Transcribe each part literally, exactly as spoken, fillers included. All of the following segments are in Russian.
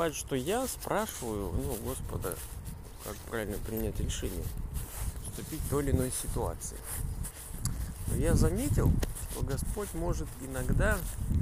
сказать, что я спрашиваю, ну, Господа, как правильно принять решение, вступить в той или иной ситуации. Но я заметил, что Господь может иногда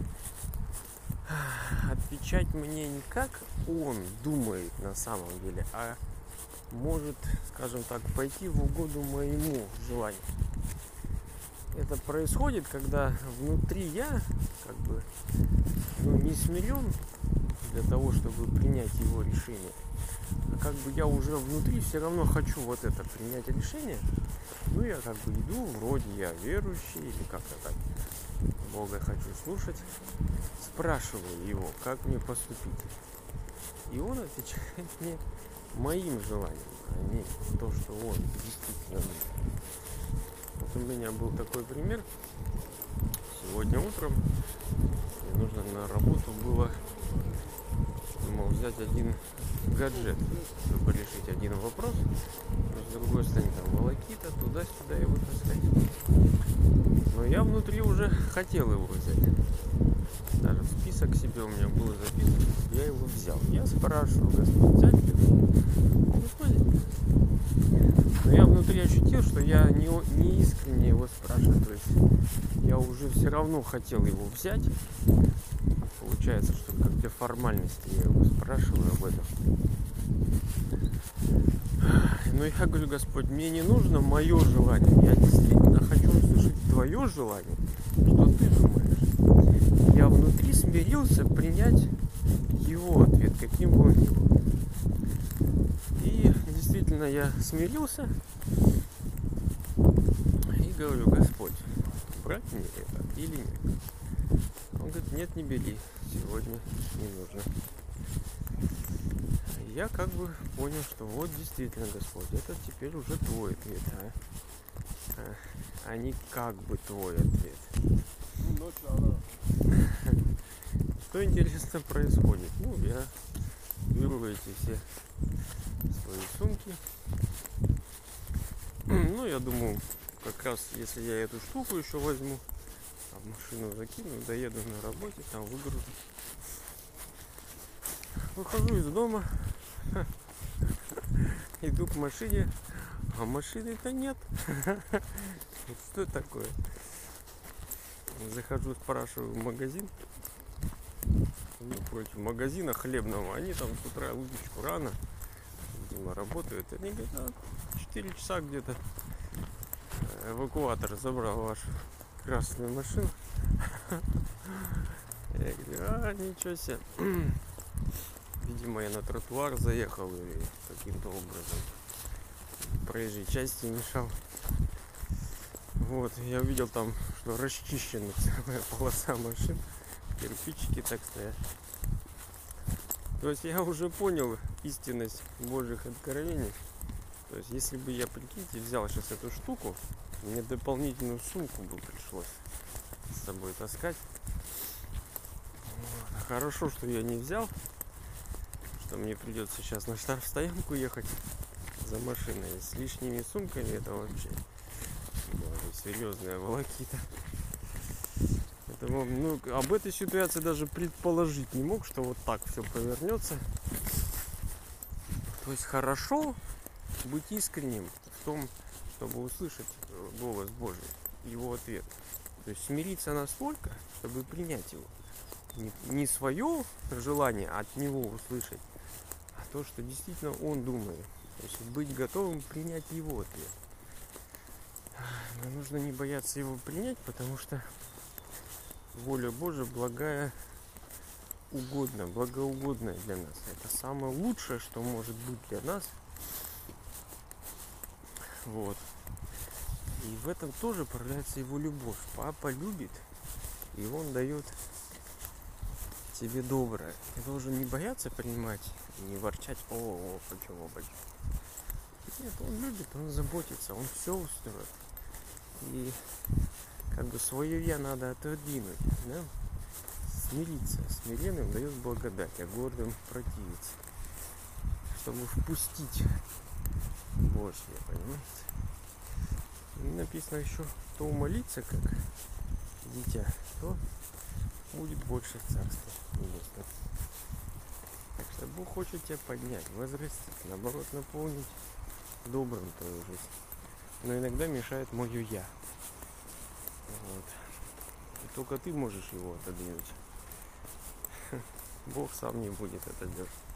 отвечать мне не как Он думает на самом деле, а может, скажем так, пойти в угоду моему желанию. Это происходит, когда внутри я как бы ну, не смирен для того, чтобы принять его решение. А как бы я уже внутри все равно хочу вот это принять решение. Ну, я как бы иду, вроде я верующий или как-то так. Бога хочу слушать. Спрашиваю его, как мне поступить. И он отвечает мне моим желанием, а не то, что он действительно думает. Вот у меня был такой пример. Сегодня утром мне нужно на работу было, думал, взять один гаджет, чтобы решить один вопрос. Но с другой стороны, там волокита, туда-сюда его таскать. Но я внутри уже хотел его взять. Даже список себе у меня был записан, я его взял. Я спрашиваю, Господь, взять ли? Господи. Но я внутри ощутил, что я не, не искренне его спрашиваю. То есть я уже все равно хотел его взять. Получается, что как для формальности я его спрашиваю об этом. Но я говорю, Господь, мне не нужно мое желание. Я действительно хочу услышать твое желание. Что ты думаешь? Я внутри смирился принять его ответ, каким бы он ни был. И действительно я смирился и говорю, Господь, брать мне это или нет? Он говорит, нет, не бери, сегодня не нужно. Я как бы понял, что вот действительно, Господь, это теперь уже твой ответ, а, а, а не как бы твой ответ. Что интересно происходит? Ну, я беру эти все свои сумки. Ну, я думаю, как раз если я эту штуку еще возьму, а в машину закину, доеду на работе, там выгружу. Выхожу из дома, иду к машине, а машины-то нет. Что такое? Захожу, спрашиваю в магазин. Ну, против магазина хлебного. Они там с утра удочку рано, видимо, работают. Они говорят, а, четыре часа где-то эвакуатор забрал вашу красную машину. Я говорю, а, ничего себе. Видимо, я на тротуар заехал или каким-то образом проезжей части мешал. Вот, я увидел там, что расчищена целая полоса машин, кирпичики так стоят. То есть я уже понял истинность Божьих откровений. То есть если бы я, прикиньте, взял сейчас эту штуку, мне дополнительную сумку бы пришлось с собой таскать. Вот. Хорошо, что я не взял, что мне придется сейчас на штрафстоянку ехать за машиной с лишними сумками. Это вообще серьезная волокита. Поэтому, ну, об этой ситуации даже предположить не мог, что вот так все повернется. То есть хорошо быть искренним в том, чтобы услышать голос Божий, его ответ. То есть смириться настолько, чтобы принять его. Не, не свое желание от него услышать, а то, что действительно он думает. То есть быть готовым принять его ответ. Но нужно не бояться его принять, потому что воля Божия благая, угодная, благоугодная для нас. Это самое лучшее, что может быть для нас. Вот. И в этом тоже проявляется его любовь. Папа любит, и он дает тебе доброе. Ты должен не бояться принимать, не ворчать, о, о, почему, почему. Нет, он любит, он заботится, он все устроит. И как бы свое я надо отодвинуть, да? Смириться. Смиренным дает благодать, а гордым противиться. Чтобы впустить Божье, понимаете? И написано еще, кто молится как дитя, то будет больше в Царстве Небесном. Так Бог хочет тебя поднять, возрастить, наоборот, наполнить добрым твою жизнь. Но иногда мешает мое я. Вот. И только ты можешь его отодвинуть. Бог сам не будет это делать.